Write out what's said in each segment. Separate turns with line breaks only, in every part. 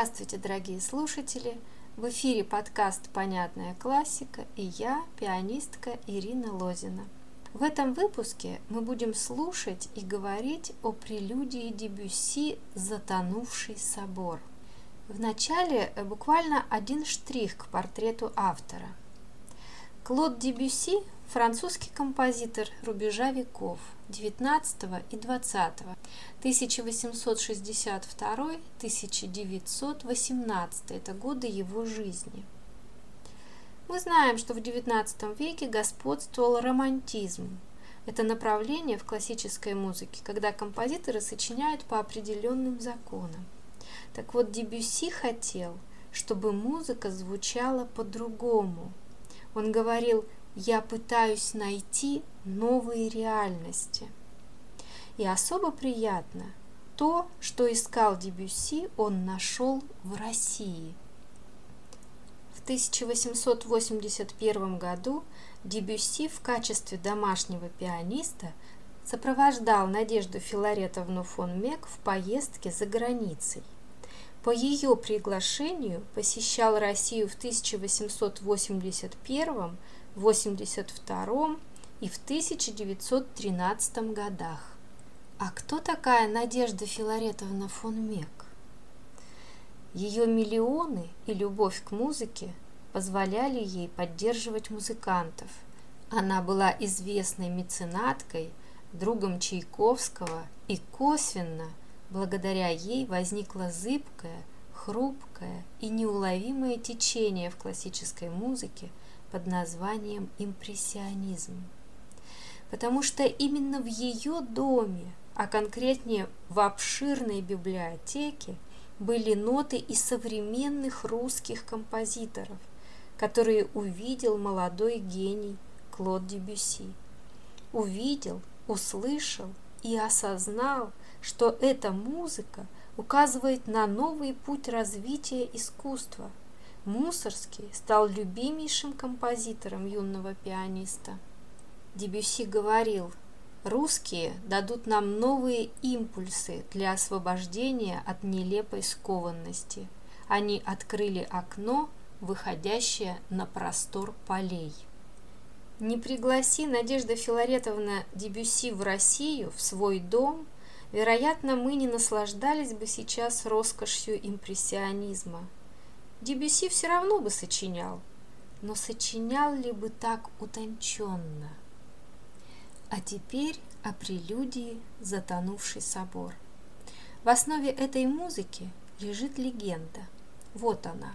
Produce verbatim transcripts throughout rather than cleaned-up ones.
Здравствуйте, дорогие слушатели! В эфире подкаст «Понятная классика» и я, пианистка Ирина Лозина. В этом выпуске мы будем слушать и говорить о прелюдии Дебюсси «Затонувший собор». Вначале буквально один штрих к портрету автора. Клод Дебюсси – французский композитор рубежа веков девятнадцатого и двадцатого, тысяча восемьсот шестьдесят второй — тысяча девятьсот восемнадцатый – это годы его жизни. Мы знаем, что в девятнадцатом веке господствовал романтизм. Это направление в классической музыке, когда композиторы сочиняют по определенным законам. Так вот, Дебюсси хотел, чтобы музыка звучала по-другому. Он говорил: «Я пытаюсь найти новые реальности». И особо приятно то, что искал Дебюсси, он нашел в России. В тысяча восемьсот восемьдесят первом году Дебюсси в качестве домашнего пианиста сопровождал Надежду Филаретовну фон Мек в поездке за границей. По ее приглашению посещал Россию в тысяча восемьсот восемьдесят первом, восемьдесят втором и в тысяча девятьсот тринадцатом годах. А кто такая Надежда Филаретовна фон Мек? Ее миллионы и любовь к музыке позволяли ей поддерживать музыкантов. Она была известной меценаткой, другом Чайковского, и косвенно благодаря ей возникло зыбкое, хрупкое и неуловимое течение в классической музыке под названием импрессионизм. Потому что именно в ее доме, а конкретнее в обширной библиотеке, были ноты и современных русских композиторов, которые увидел молодой гений Клод Дебюсси. Увидел, услышал и осознал, что эта музыка указывает на новый путь развития искусства. Мусоргский стал любимейшим композитором юного пианиста. Дебюсси говорил: «Русские дадут нам новые импульсы для освобождения от нелепой скованности. Они открыли окно, выходящее на простор полей». Не пригласи Надежда Филаретовна Дебюсси в Россию, в свой дом, вероятно, мы не наслаждались бы сейчас роскошью импрессионизма. Дебюсси все равно бы сочинял, но сочинял ли бы так утонченно? А теперь о прелюдии «Затонувший собор». В основе этой музыки лежит легенда. Вот она.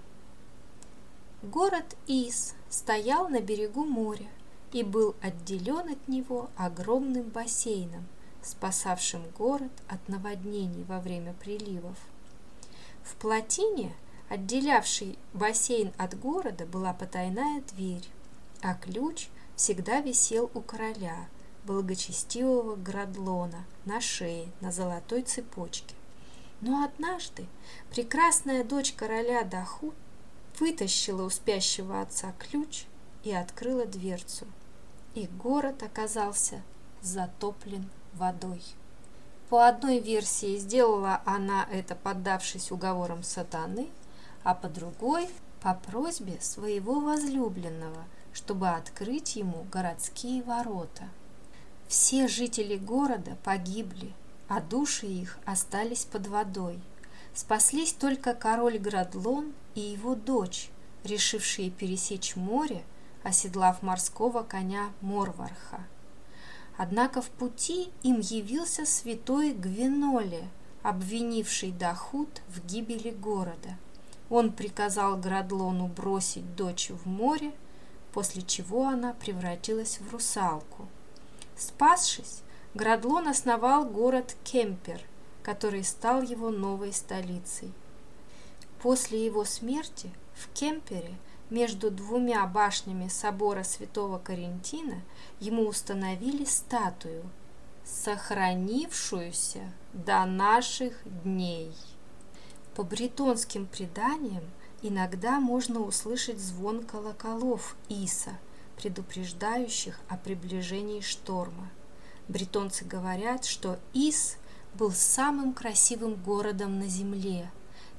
Город Ис стоял на берегу моря и был отделен от него огромным бассейном, спасавшим город от наводнений во время приливов. В плотине, отделявшей бассейн от города, была потайная дверь, а ключ всегда висел у короля, благочестивого Градлона, на шее, на золотой цепочке. Но однажды прекрасная дочь короля Дахут вытащила у спящего отца ключ и открыла дверцу, и город оказался затоплен водой. По одной версии сделала она это, поддавшись уговорам сатаны, а по другой – по просьбе своего возлюбленного, чтобы открыть ему городские ворота. Все жители города погибли, а души их остались под водой. Спаслись только король Градлон и его дочь, решившие пересечь море, оседлав морского коня Морварха. Однако в пути им явился святой Гвеноле, обвинивший Дахут в гибели города. Он приказал Градлону бросить дочь в море, после чего она превратилась в русалку. Спасшись, Градлон основал город Кемпер, который стал его новой столицей. После его смерти в Кемпере между двумя башнями собора святого Карентина ему установили статую, сохранившуюся до наших дней. По бретонским преданиям иногда можно услышать звон колоколов Иса, предупреждающих о приближении шторма. Бретонцы говорят, что Ис был самым красивым городом на земле,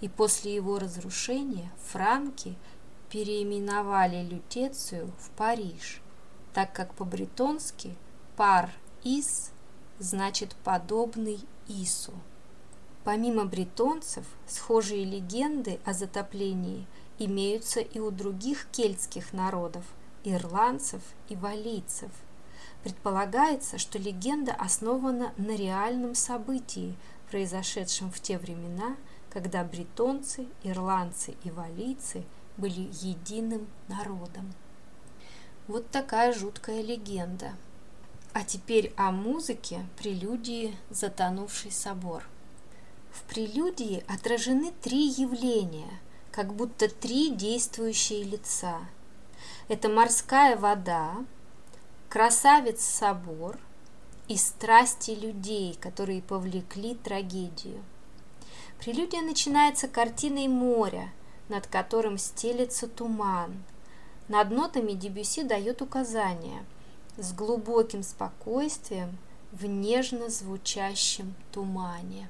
и после его разрушения франки переименовали Лютецию в Париж, так как по-бретонски «пар-ис» значит «подобный Ису». Помимо бретонцев, схожие легенды о затоплении имеются и у других кельтских народов – ирландцев и валлийцев. Предполагается, что легенда основана на реальном событии, произошедшем в те времена, когда бретонцы, ирландцы и валлийцы были единым народом. Вот такая жуткая легенда. А теперь о музыке прелюдии «Затонувший собор». В прелюдии отражены три явления, как будто три действующие лица. Это морская вода, красавец-собор и страсти людей, которые повлекли трагедию. Прелюдия начинается картиной моря, над которым стелется туман. Над нотами Дебюсси дает указания с глубоким спокойствием в нежно звучащем тумане.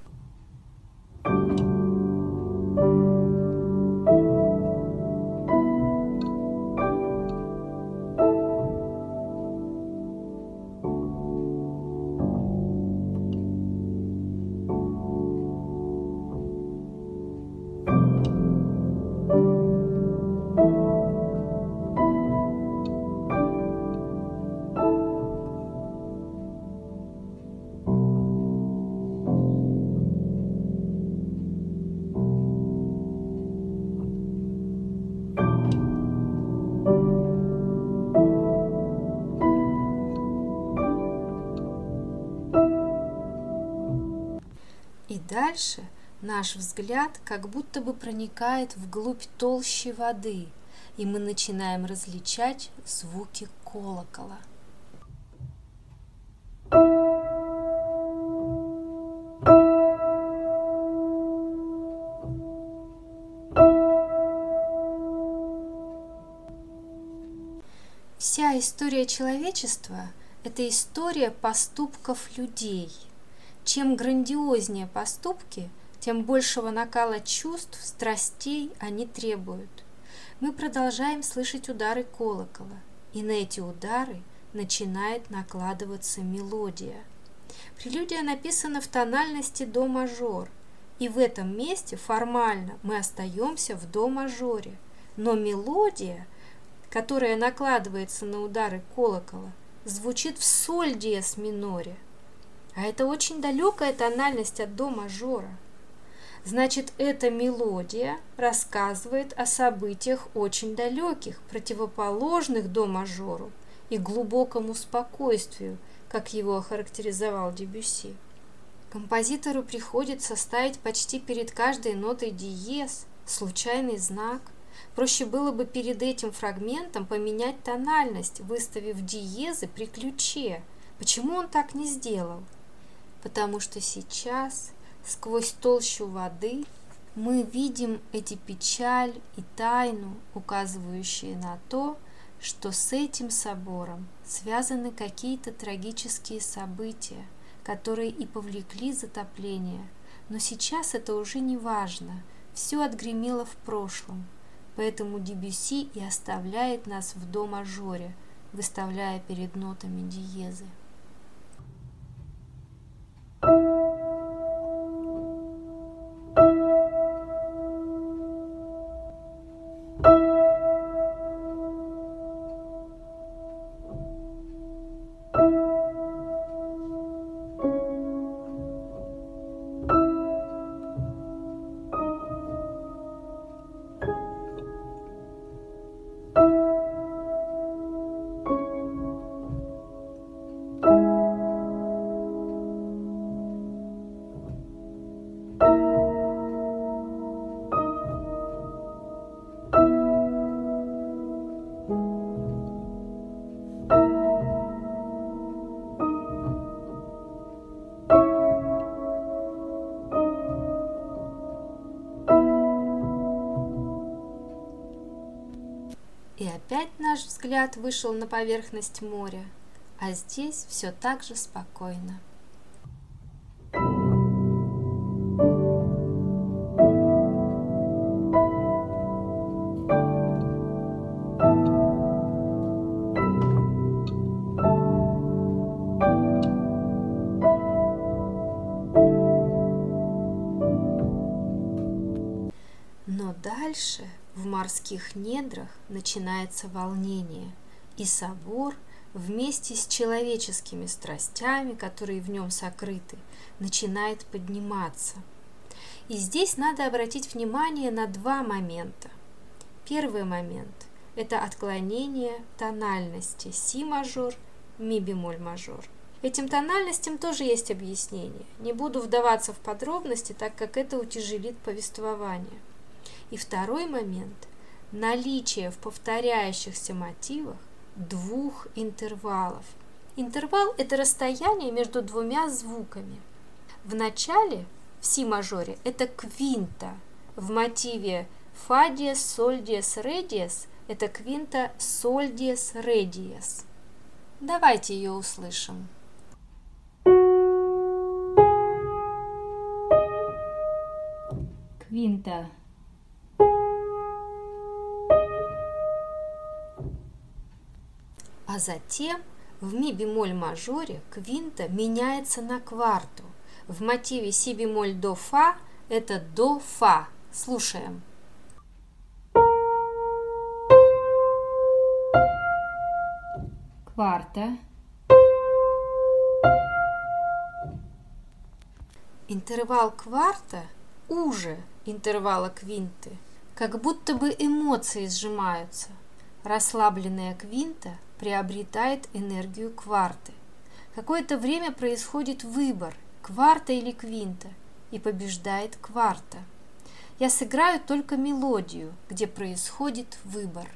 И дальше наш взгляд как будто бы проникает вглубь толщи воды, и мы начинаем различать звуки колокола. Вся история человечества – это история поступков людей. Чем грандиознее поступки, тем большего накала чувств, страстей они требуют. Мы продолжаем слышать удары колокола, и на эти удары начинает накладываться мелодия. Прелюдия написана в тональности до мажор, и в этом месте формально мы остаемся в до мажоре, но мелодия, которая накладывается на удары колокола, звучит в соль диез миноре. А это очень далекая тональность от до мажора. Значит, эта мелодия рассказывает о событиях очень далеких, противоположных до мажору и глубокому спокойствию, как его охарактеризовал Дебюсси. Композитору приходится ставить почти перед каждой нотой диез, случайный знак. Проще было бы перед этим фрагментом поменять тональность, выставив диезы при ключе. Почему он так не сделал? Потому что сейчас, сквозь толщу воды, мы видим эти печаль и тайну, указывающие на то, что с этим собором связаны какие-то трагические события, которые и повлекли затопление. Но сейчас это уже не важно, все отгремело в прошлом. Поэтому Дебюсси и оставляет нас в до мажоре, выставляя перед нотами диезы. И опять наш взгляд вышел на поверхность моря, а здесь все так же спокойно. дальше в морских недрах начинается волнение, и собор вместе с человеческими страстями, которые в нем сокрыты, начинает подниматься. И здесь надо обратить внимание на два момента. Первый момент – это отклонение тональности си-мажор, ми-бемоль-мажор. Этим тональностям тоже есть объяснение. Не буду вдаваться в подробности, так как это утяжелит повествование. И второй момент – наличие в повторяющихся мотивах двух интервалов. Интервал – это расстояние между двумя звуками. В начале, в си-мажоре, это квинта. В мотиве фа диез, соль диез, ре диез – это квинта соль диез, ре диез. Давайте ее услышим. Квинта. А затем в ми-бемоль-мажоре квинта меняется на кварту. В мотиве си-бемоль-до-фа это до-фа. Слушаем. Кварта. Интервал кварта уже интервала квинты, как будто бы эмоции сжимаются. Расслабленная квинта приобретает энергию кварты. Какое-то время происходит выбор, кварта или квинта, и побеждает кварта. Я сыграю только мелодию, где происходит выбор.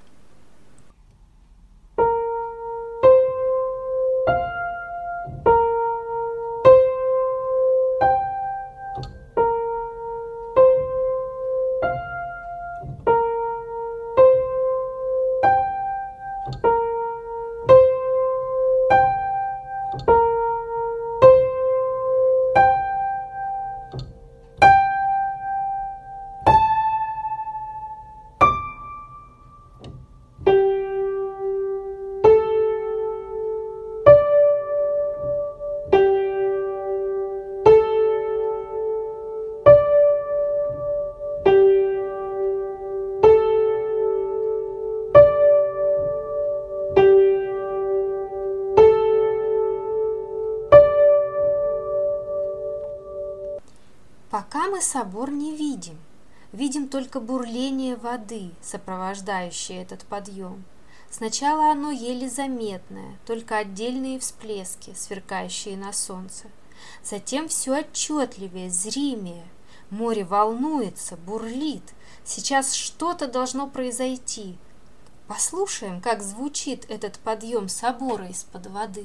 Пока мы собор не видим, видим только бурление воды, сопровождающее этот подъем. Сначала оно еле заметное, только отдельные всплески, сверкающие на солнце. Затем все отчетливее, зримее. Море волнуется, бурлит. Сейчас что-то должно произойти. Послушаем, как звучит этот подъем собора из-под воды.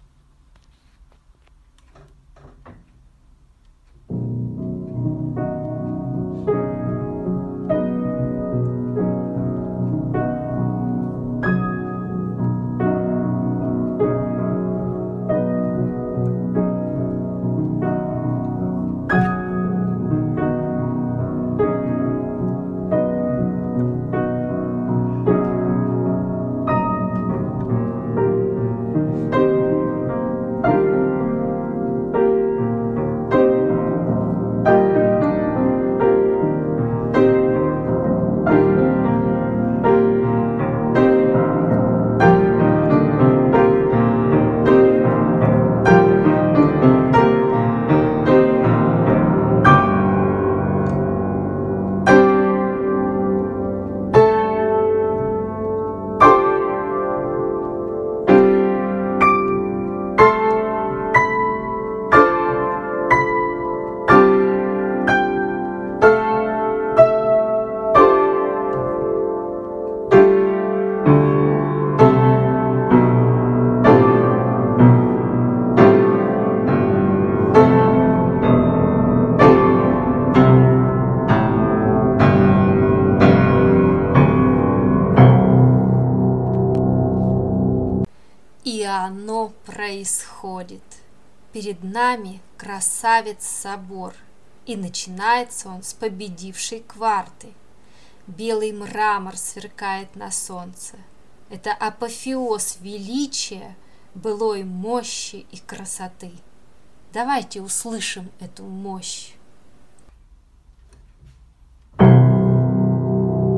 И оно происходит. Перед нами красавец-собор, и начинается он с победившей кварты. Белый мрамор сверкает на солнце. Это апофеоз величия, былой мощи и красоты. Давайте услышим эту мощь.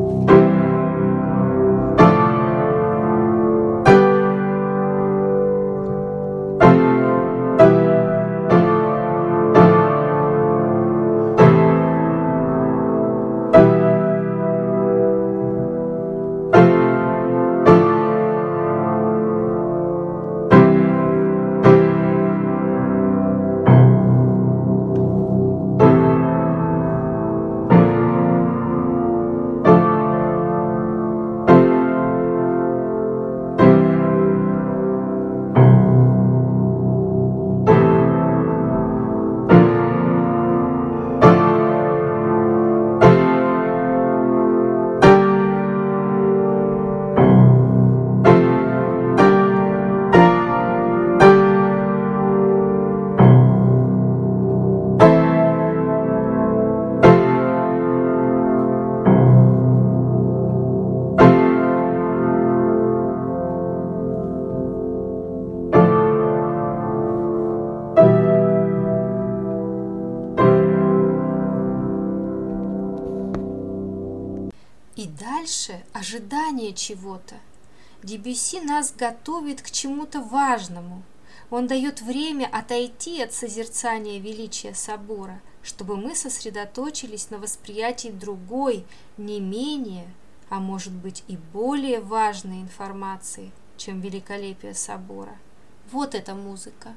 дальше ожидание чего-то. Дебюсси нас готовит к чему-то важному. Он дает время отойти от созерцания величия собора, чтобы мы сосредоточились на восприятии другой, не менее, а может быть и более важной информации, чем великолепие собора. Вот эта музыка.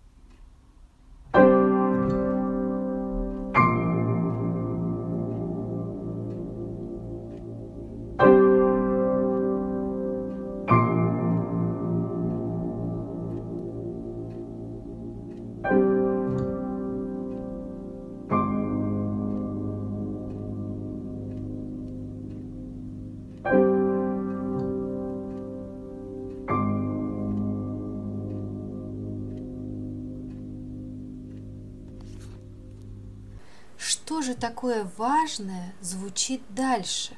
Что же такое важное звучит дальше?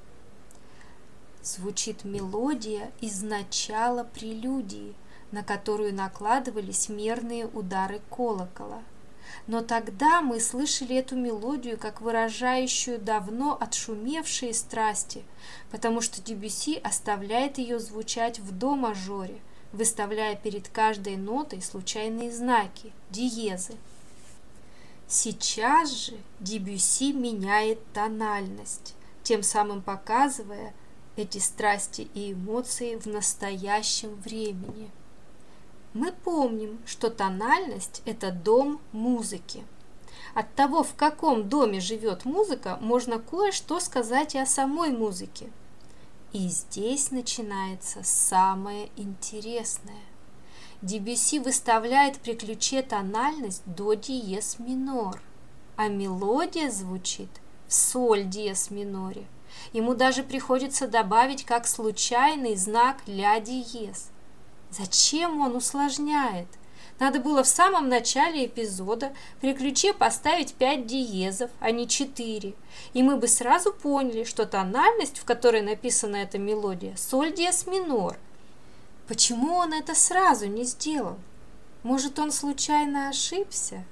Звучит мелодия из начала прелюдии, на которую накладывались мерные удары колокола. Но тогда мы слышали эту мелодию как выражающую давно отшумевшие страсти, потому что Дебюсси оставляет ее звучать в до мажоре, выставляя перед каждой нотой случайные знаки, диезы. Сейчас же Дебюсси меняет тональность, тем самым показывая эти страсти и эмоции в настоящем времени. Мы помним, что тональность – это дом музыки. От того, в каком доме живет музыка, можно кое-что сказать и о самой музыке. И здесь начинается самое интересное. Дебюсси выставляет при ключе тональность до диез минор, а мелодия звучит в соль диез миноре. Ему даже приходится добавить как случайный знак ля диез. Зачем он усложняет? Надо было в самом начале эпизода при ключе поставить пять диезов, а не четыре, и мы бы сразу поняли, что тональность, в которой написана эта мелодия, соль диез минор. Почему он это сразу не сделал? Может, он случайно ошибся?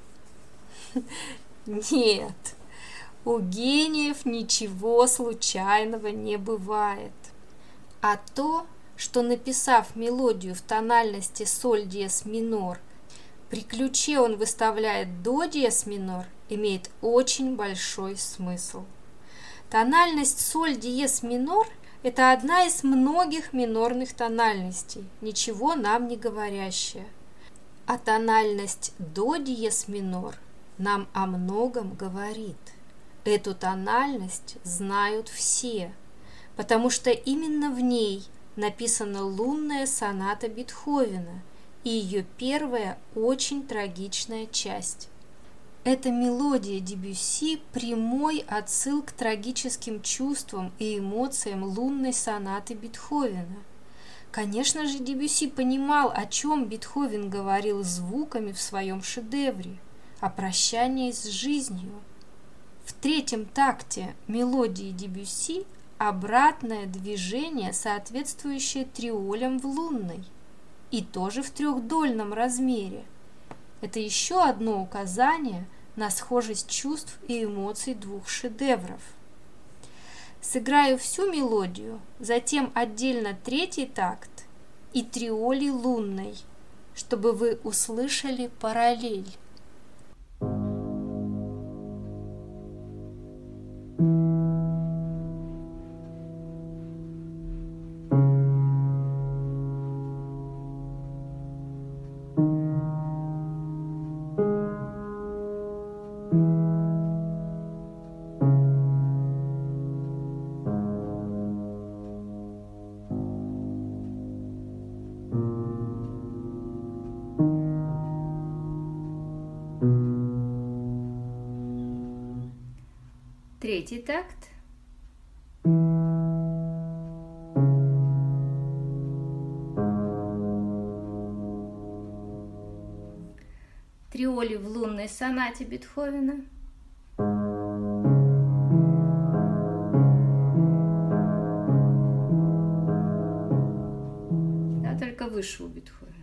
Нет, у гениев ничего случайного не бывает. А то, что, написав мелодию в тональности соль диез минор, при ключе он выставляет до диез минор, имеет очень большой смысл. Тональность соль диез минор – это одна из многих минорных тональностей, ничего нам не говорящая. А тональность до диез минор нам о многом говорит. Эту тональность знают все, потому что именно в ней написана лунная соната Бетховена и ее первая очень трагичная часть. Эта мелодия Дебюсси – прямой отсыл к трагическим чувствам и эмоциям лунной сонаты Бетховена. Конечно же, Дебюсси понимал, о чем Бетховен говорил звуками в своем шедевре, о прощании с жизнью. В третьем такте мелодии Дебюсси обратное движение, соответствующее триолям в лунной, и тоже в трехдольном размере. Это еще одно указание на схожесть чувств и эмоций двух шедевров. Сыграю всю мелодию, затем отдельно третий такт и триоли лунной, чтобы вы услышали параллель. Третий такт. Триоли в лунной сонате Бетховена. Да, только выше у Бетховена.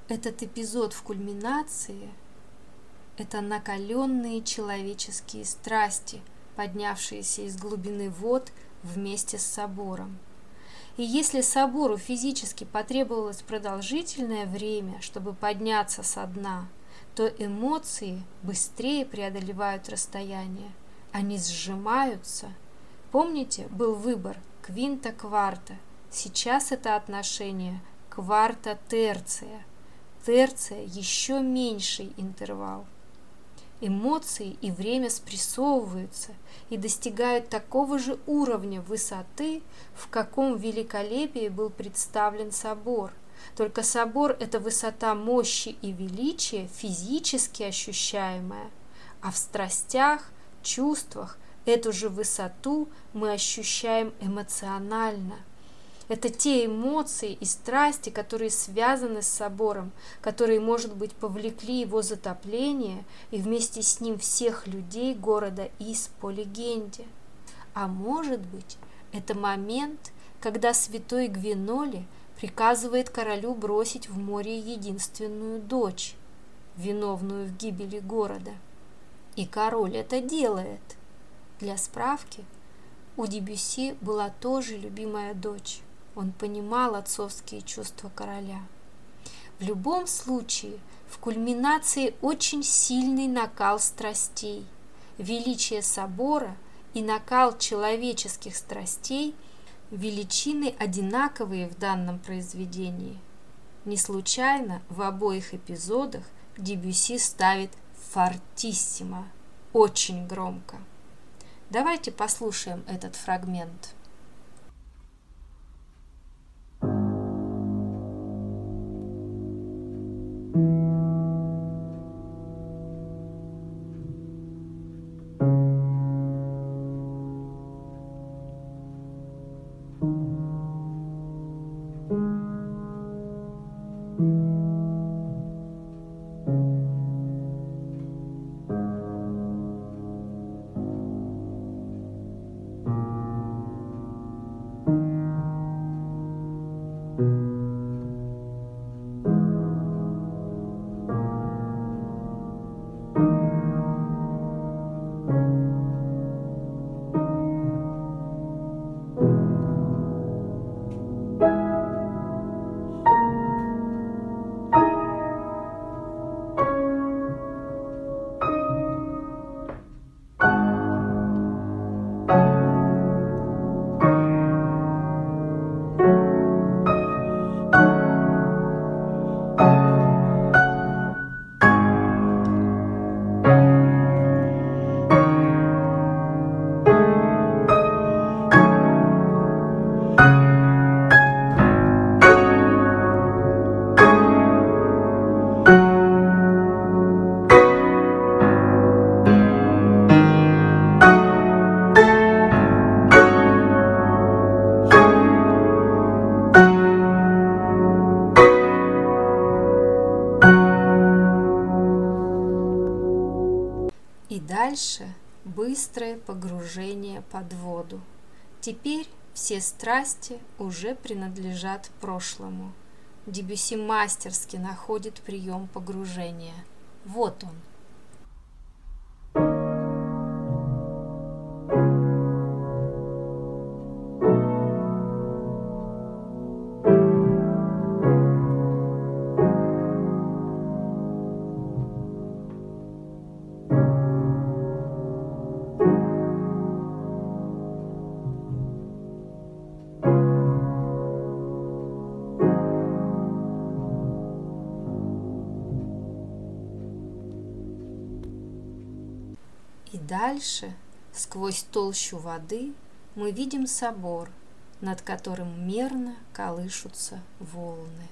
Этот эпизод в кульминации – это накаленные человеческие страсти, поднявшиеся из глубины вод вместе с собором. И если собору физически потребовалось продолжительное время, чтобы подняться со дна, то эмоции быстрее преодолевают расстояние. Они сжимаются. Помните, был выбор квинта-кварта. Сейчас это отношение кварта-терция. Терция – еще меньший интервал. Эмоции и время спрессовываются и достигают такого же уровня высоты, в каком великолепии был представлен собор. Только собор – это высота мощи и величия, физически ощущаемая, а в страстях, чувствах эту же высоту мы ощущаем эмоционально. Это те эмоции и страсти, которые связаны с собором, которые, может быть, повлекли его затопление и вместе с ним всех людей города Ис по легенде. А может быть, это момент, когда святой Гвиноли приказывает королю бросить в море единственную дочь, виновную в гибели города. И король это делает. Для справки, у Дебюсси была тоже любимая дочь. Он понимал отцовские чувства короля. В любом случае, в кульминации очень сильный накал страстей. Величие собора и накал человеческих страстей – величины одинаковые в данном произведении. Не случайно в обоих эпизодах Дебюсси ставит «фортиссимо» – очень громко. Давайте послушаем этот фрагмент. Дальше быстрое погружение под воду. Теперь все страсти уже принадлежат прошлому. Дебюсси мастерски находит прием погружения. Вот он. И дальше, сквозь толщу воды, мы видим собор, над которым мерно колышутся волны.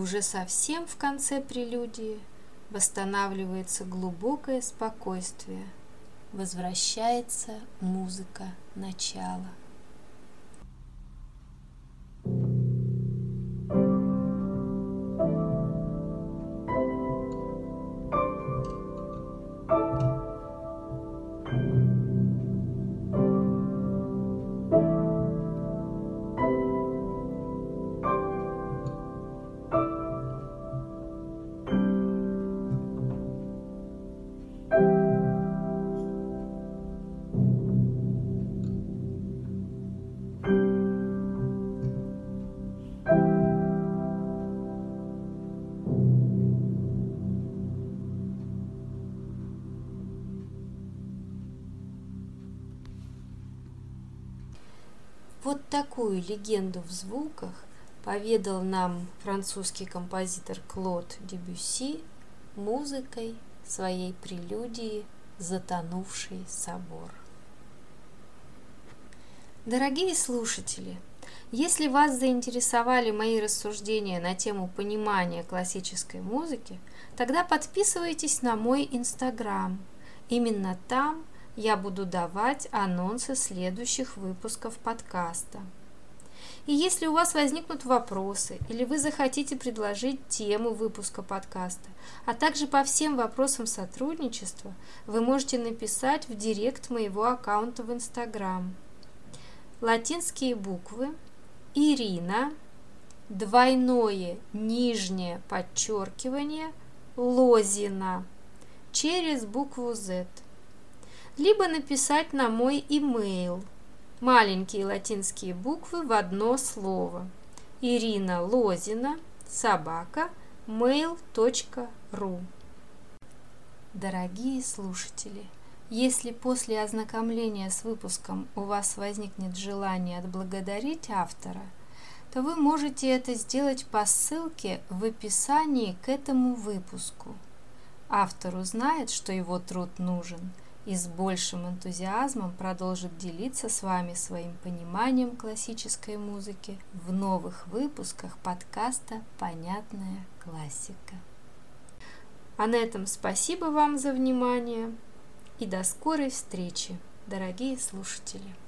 уже совсем в конце прелюдии восстанавливается глубокое спокойствие, возвращается музыка начала. Вот такую легенду в звуках поведал нам французский композитор Клод Дебюсси музыкой своей прелюдии «Затонувший собор». Дорогие слушатели, если вас заинтересовали мои рассуждения на тему понимания классической музыки, тогда подписывайтесь на мой Инстаграм. Именно там я буду давать анонсы следующих выпусков подкаста. И если у вас возникнут вопросы или вы захотите предложить тему выпуска подкаста, а также по всем вопросам сотрудничества, вы можете написать в директ моего аккаунта в Инстаграм. Латинские буквы Ирина, двойное нижнее подчеркивание, Лозина через букву Z. Либо написать на мой имейл, маленькие латинские буквы в одно слово, Ирина Лозина, собака, mail точка ру. Дорогие слушатели, если после ознакомления с выпуском у вас возникнет желание отблагодарить автора, то вы можете это сделать по ссылке в описании к этому выпуску. Автор узнает, что его труд нужен, и с большим энтузиазмом продолжит делиться с вами своим пониманием классической музыки в новых выпусках подкаста «Понятная классика». А на этом спасибо вам за внимание и до скорой встречи, дорогие слушатели!